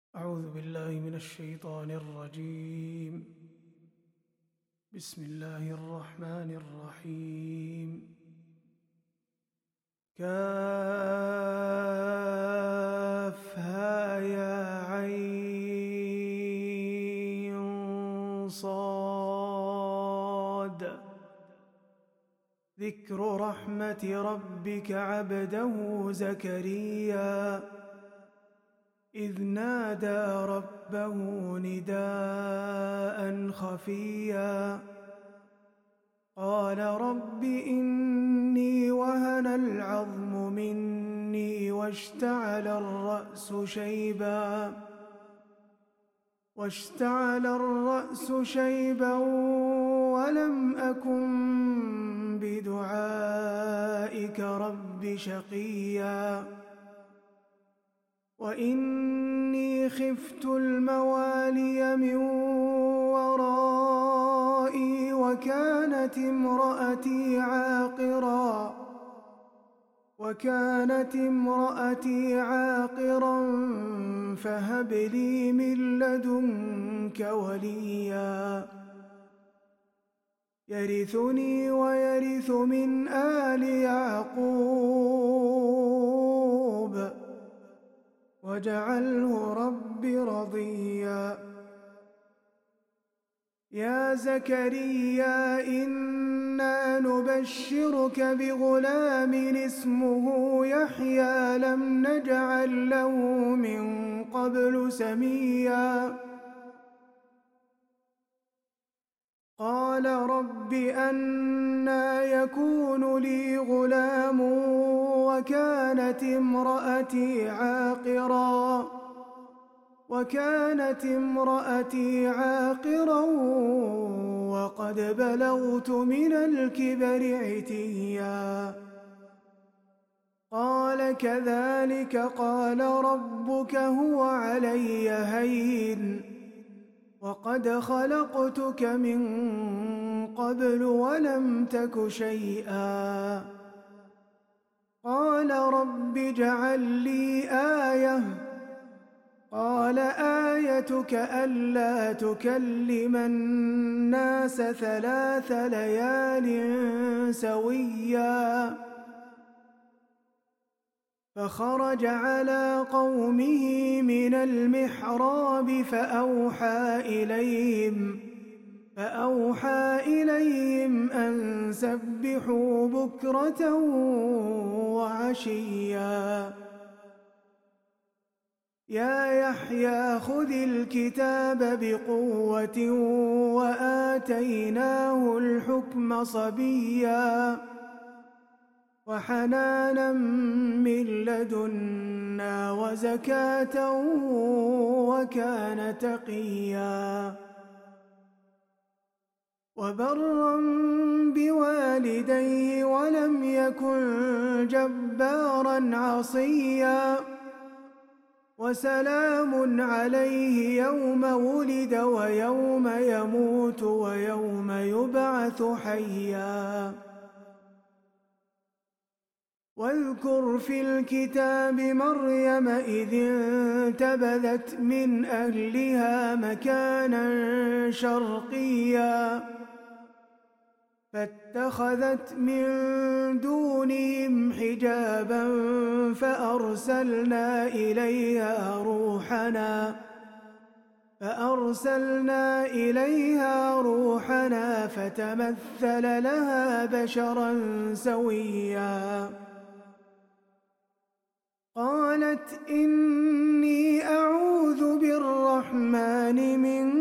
أعوذ بالله من الشيطان الرجيم. بسم الله الرحمن الرحيم. كافها يا عين صاد. ذكر رحمة ربك عبده زكريا إذ نادى ربه نداء خفيا قال رب إني وهن العظم مني واشتعل الرأس شيبا ولم أكن بدعائك رب شقيا وإني خفت الموالي من ورائي وكانت امرأتي عاقرا فهب لي من لدنك وليا يرثني ويرث من آل يعقوب واجعله رب رضيا. يا زكريا إنا نبشرك بغلام اسمه يحيى لم نجعل له من قبل سميا قال رب أنى يكون لي غلام وكانت امرأتي عاقرا وقد بلغت من الكبر عتيا قال كذلك قال ربك هو علي هين وقد خلقتك من قبل ولم تك شيئا قال رب اجعل لي آية قال آيتك ألا تكلم الناس 3 ليال سويا فخرج على قومه من المحراب فأوحى إليهم أن سبحوا بكرة وعشيا يا يحيى خذ الكتاب بقوة وآتيناه الحكم صبيا وحنانا من لدنا وزكاة وكان تقيا وبرا بوالديه ولم يكن جبارا عصيا وسلام عليه يوم ولد ويوم يموت ويوم يبعث حيا واذكر في الكتاب مريم إذ انتبذت من أهلها مكانا شرقيا فاتخذت من دونهم حجابا فأرسلنا إليها روحنا فتمثل لها بشرا سويا قالت إني أعوذ بالرحمن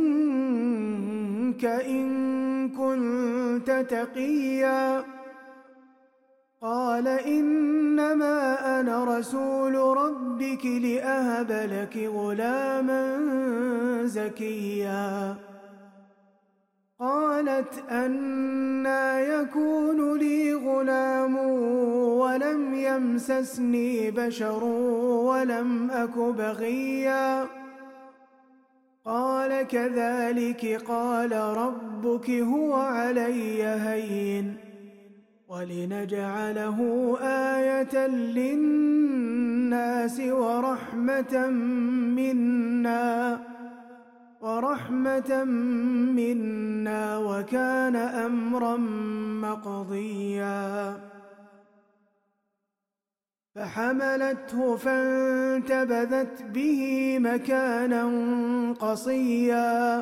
منك إن كنت تقيا قال إنما أنا رسول ربك لأهب لك غلاما زكيا قالت أنى يكون لي غلام ولم يمسسني بشر ولم أك بغيا قال كذلك قال ربك هو علي هين ولنجعله آية للناس ورحمة منا رحمة منا وكان أمرا مقضيا فحملته فانتبذت به مكانا قصيا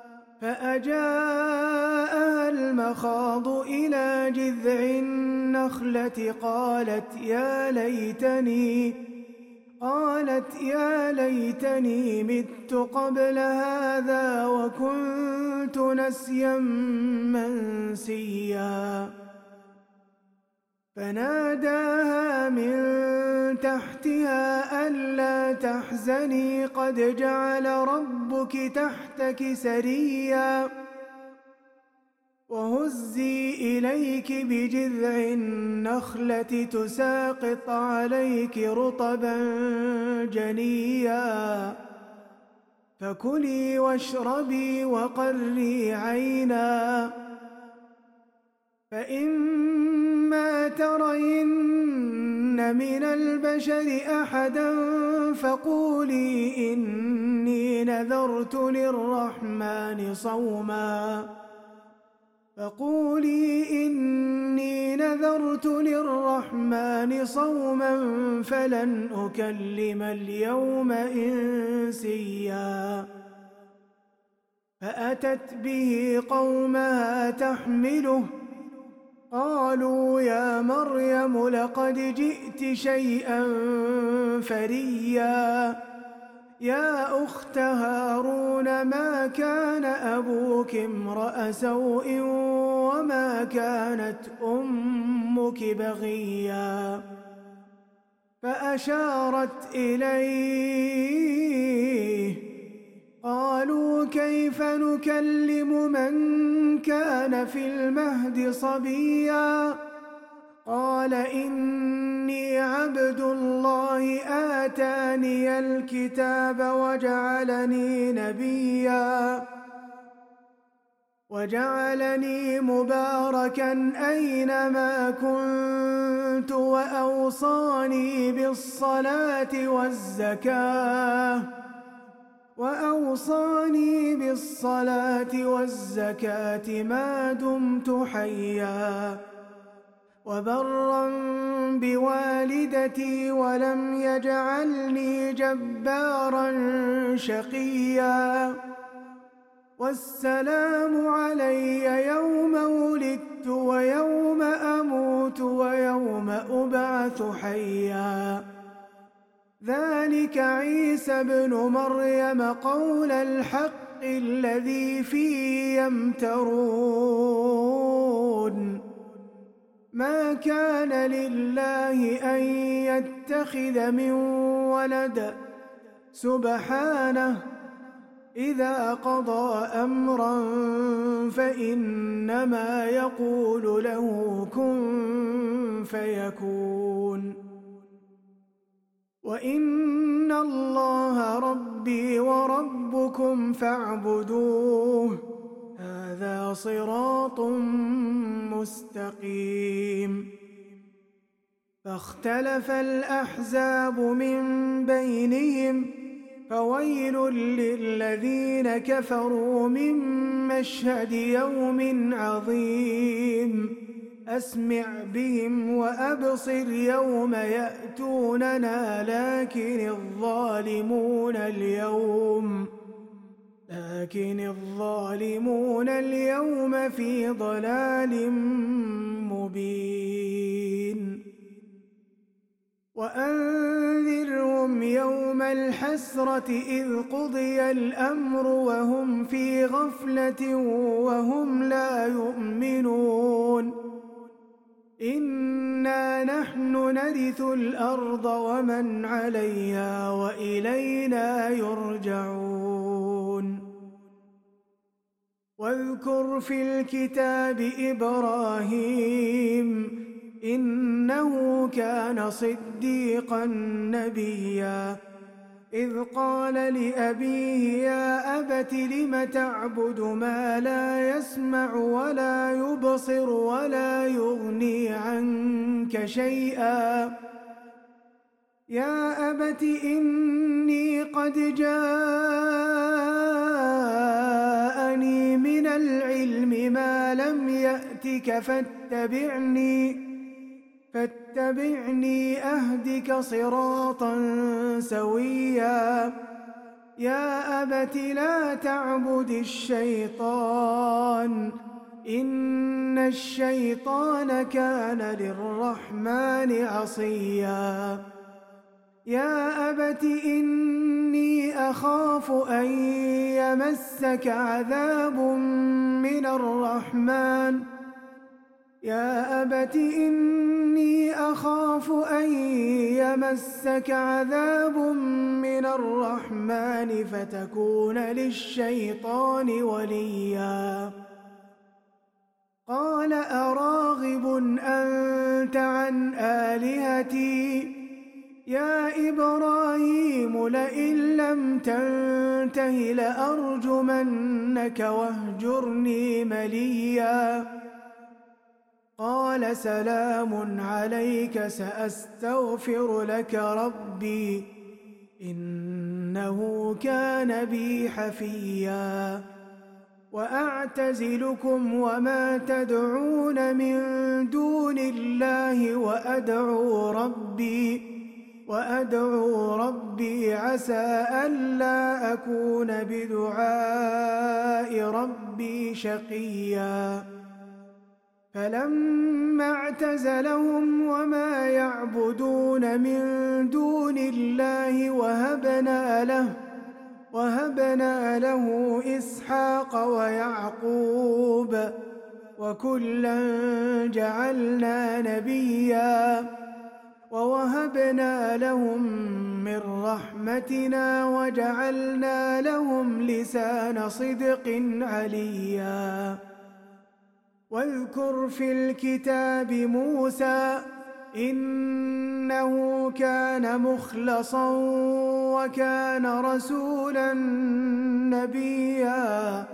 فأجاءها المخاض إلى جذع النخلة قالت يا ليتني مت قبل هذا وكنت نسيا منسيا فناداها من تحتها ألا تحزني قد جعل ربك تحتك سريا وهزي إليك بجذع النخلة تساقط عليك رطبا جنيا فكلي واشربي وقري عينا فإما ترين من البشر أحدا فقولي إني نذرت للرحمن صوما فلن أكلم اليوم إنسيا فأتت به قومها تحمله قالوا يا مريم لقد جئت شيئا فريا يا أخت هارون ما كان أبوك امرأ سوء وما كانت أمك بغيا فأشارت إليه قالوا كيف نكلم من كان في المهد صبيا قال إني عبد الله آتاني الكتاب وجعلني مباركا أينما كنت وأوصاني بالصلاة والزكاة ما دمت حيا وبرا بوالدتي ولم يجعلني جبارا شقيا والسلام علي يوم ولدت ويوم أموت ويوم أبعث حيا ذلك عيسى ابن مريم قول الحق الذي فيه يمترون ما كان لله أن يتخذ من ولد سبحانه إذا قضى أمرا فإنما يقول له كن فيكون وإن الله ربي وربكم فاعبدوه هذا صراط مستقيم فاختلف الأحزاب من بينهم فويل للذين كفروا من مشهد يوم عظيم أسمع بهم وأبصر يوم يأتوننا لكن الظالمون اليوم في ضلال مبين وأنذرهم يوم الحسرة إذ قضي الأمر وهم في غفلة وهم لا يؤمنون إنا نحن نرث الأرض ومن عليها وإلينا يرجعون واذكر في الكتاب إبراهيم إنه كان صديقا نبيا إذ قال لأبيه يا أبت لم تعبد ما لا يسمع ولا يبصر ولا يغني عنك شيئا يا أبت إني قد جاءني العلم ما لم يأتك فاتبعني أهدك صراطا سويا يا أبت لا تعبد الشيطان إن الشيطان كان للرحمن عصيا يا أبت إني أخاف أن يمسك عذاب من الرحمن يا أبت إني أخاف أن يمسك عذاب من الرحمن فتكون للشيطان وليا قال أراغب أنت عن آلهتي يا إبراهيم لئن لم تنته لأرجمنك واهجرني مليا قال سلام عليك سأستغفر لك ربي إنه كان بي حفيا وأعتزلكم وما تدعون من دون الله وأدعو ربي عسى ألا أكون بدعاء ربي شقيا فلما اعتزلهم وما يعبدون من دون الله وهبنا له إسحاق ويعقوب وكلا جعلنا نبيا ووهبنا لهم من رحمتنا وجعلنا لهم لسان صدق عليا واذكر في الكتاب موسى إنه كان مخلصا وكان رسولا نبيا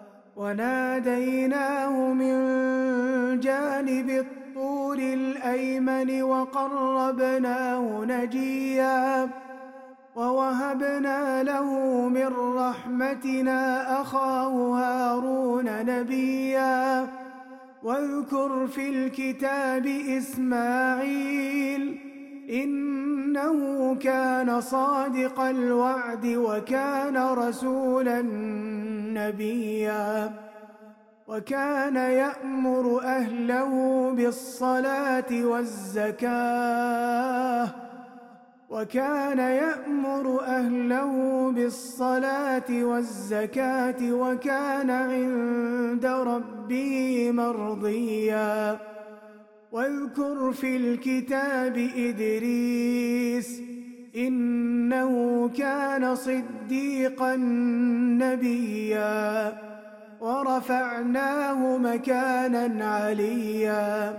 وناديناه من جانب الطور الأيمن وقربناه نجيا ووهبنا له من رحمتنا أخاه هارون نبيا واذكر في الكتاب إسماعيل إنه كان صادق الوعد وكان رسولا نبيا وكان يأمر أهله بالصلاة والزكاة وكان عند ربه مرضيا واذكر في الكتاب إدريس إنه كان صديقا نبيا ورفعناه مكانا عليا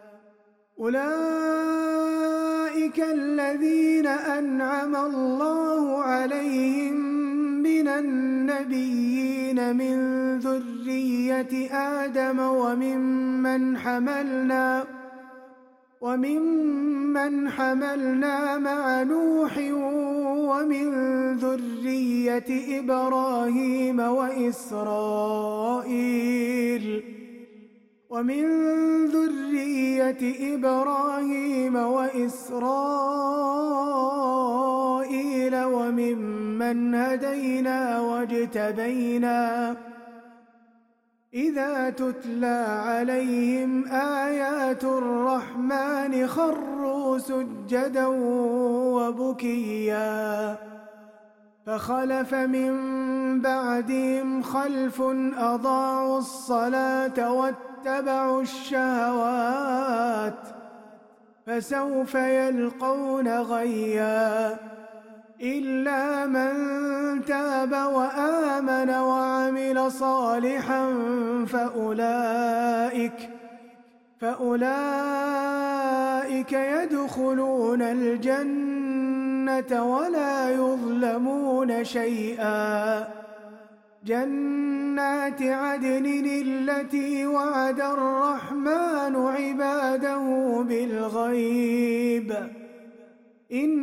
أولئك الذين أنعم الله عليهم من النبيين من ذرية آدم وممن حملنا مع نوح ومن ذرية إبراهيم وإسرائيل وممن هدينا واجتبينا إذا تتلى عليهم آيات الرحمن خروا سجدا وبكيا فخلف من بعدهم خلف أضاعوا الصلاة واتبعوا الشهوات فسوف يلقون غيا إلا من تاب وآمن وعمل صالحا فأولئك يدخلون الجنة ولا يظلمون شيئا جنات عدن التي وعد الرحمن عباده بالغيب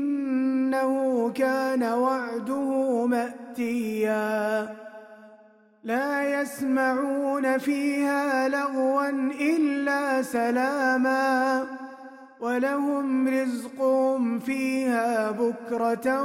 إنه كان وعده مأتيا لا يسمعون فيها لغوا إلا سلاما ولهم رزقهم فيها بكرة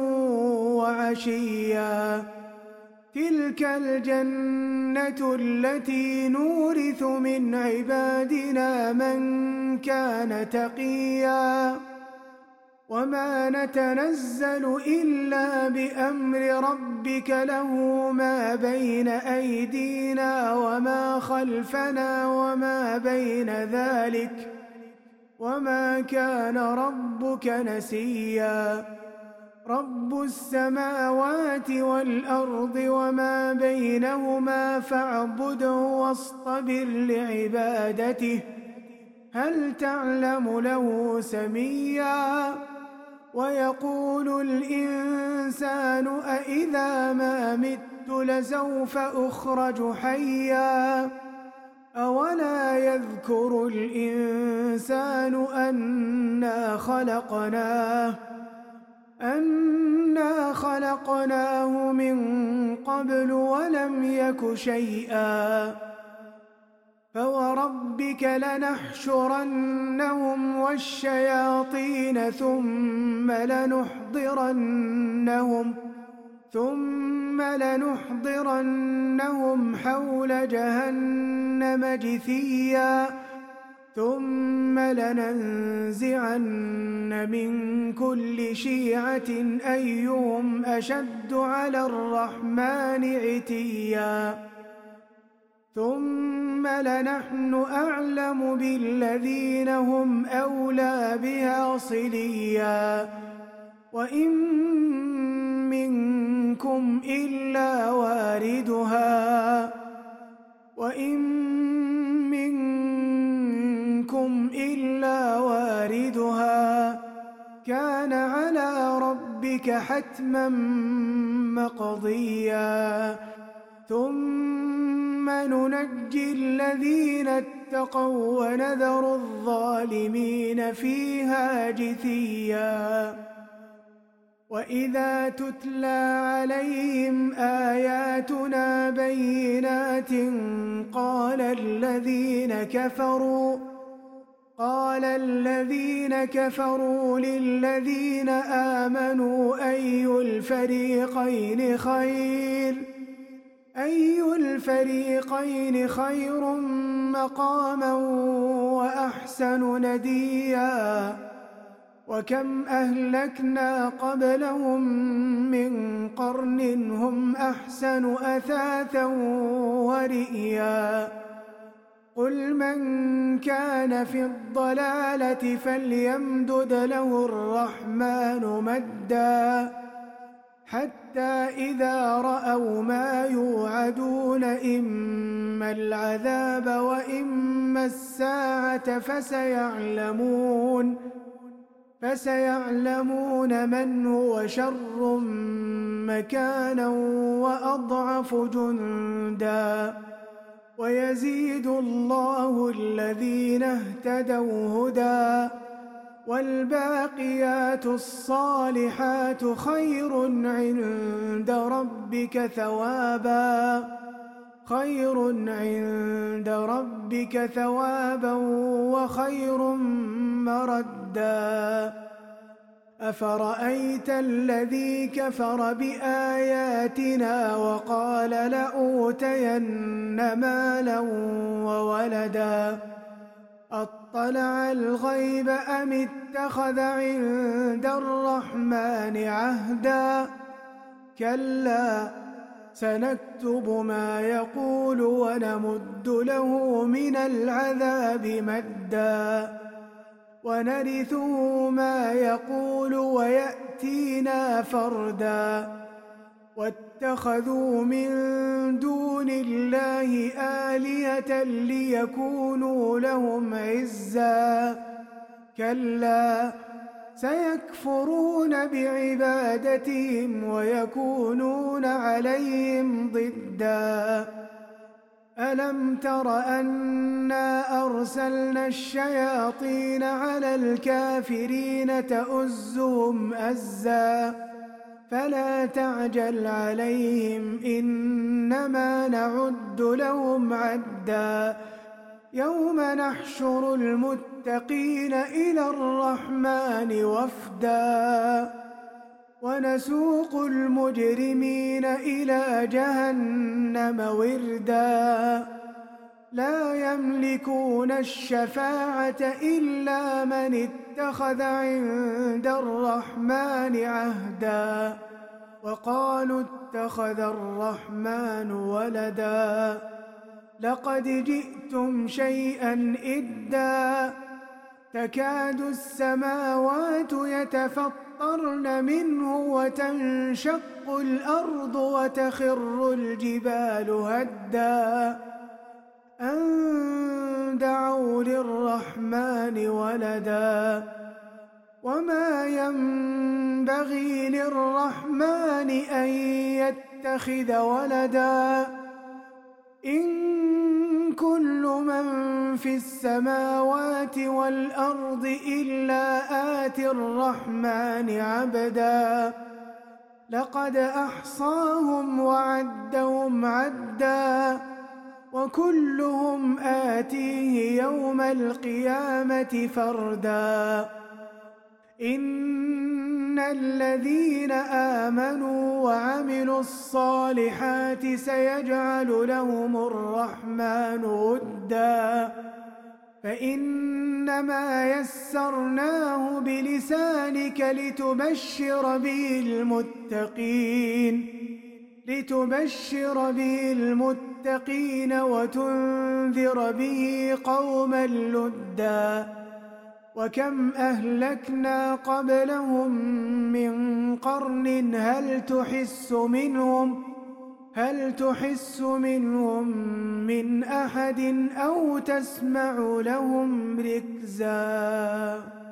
وعشيا تلك الجنة التي نورث من عبادنا من كان تقيا وما نتنزل إلا بأمر ربك له ما بين أيدينا وما خلفنا وما بين ذلك وما كان ربك نسيا رب السماوات والأرض وما بينهما فاعبده واصطبر لعبادته هل تعلم له سميا ويقول الإنسان أإذا ما مت لسوف أخرج حيا أولا يذكر الإنسان أنا خلقناه من قبل ولم يك شيئا فوربك لنحشرنهم والشياطين ثم لنحضرنهم حول جهنم جثيا ثم لننزعن من كل شيعة أيهم أشد على الرحمن عتيا ثم لنحن أعلم بالذين هم أولى بها صليا وإن منكم إلا واردها كان على ربك حتما مقضيا ثم ننجي الذين اتقوا ونذر الظالمين فيها جثيا وإذا تتلى عليهم آياتنا بينات قال الذين كفروا للذين آمنوا أي الفريقين خير مقاما وأحسن نديا وكم أهلكنا قبلهم من قرن هم أحسن أثاثا ورئيا قل من كان في الضلالة فليمدد له الرحمن مدا حتى إذا رأوا ما يوعدون إما العذاب وإما الساعة فسيعلمون من هو شر مكانا وأضعف جندا ويزيد الله الذين اهتدوا هدى والباقيات الصالحات خير عند ربك ثوابا وخير مردا أفرأيت الذي كفر بآياتنا وقال لأوتين مالا وولدا أطلع الغيب أم اتخذ عند الرحمن عهدا كلا سنكتب ما يقول ونمد له من العذاب مدا ونرثه ما يقول ويأتينا فردا واتخذوا من دون الله آلهة ليكونوا لهم عزا كلا سيكفرون بعبادتهم ويكونون عليهم ضدا ألم تر أنا أرسلنا الشياطين على الكافرين تؤزهم أزا فلا تعجل عليهم إنما نعد لهم عدا يوم نحشر المتقين إلى الرحمن وفدا ونسوق المجرمين إلى جهنم وردا لا يملكون الشفاعة إلا من اتخذ عند الرحمن عهدا وقالوا اتخذ الرحمن ولدا لقد جئتم شيئا إدا تكاد السماوات يتفطرن منه وتنشق الأرض وتخر الجبال هدا أن دعوا للرحمن ولدا وما ينبغي للرحمن أن يتخذ ولدا إن كل من في السماوات والأرض إلا آتي الرحمن عبدا لقد أحصاهم وعدهم عدا وكلهم آتيه يوم القيامة فردا إن الذين آمنوا وعملوا الصالحات سيجعل لهم الرحمن ودا فإنما يسرناه بلسانك لتبشر به المتقين وتنذر به قوما لدا وكم أهلكنا قبلهم من قرن هل تحس منهم من أحد أو تسمع لهم ركزا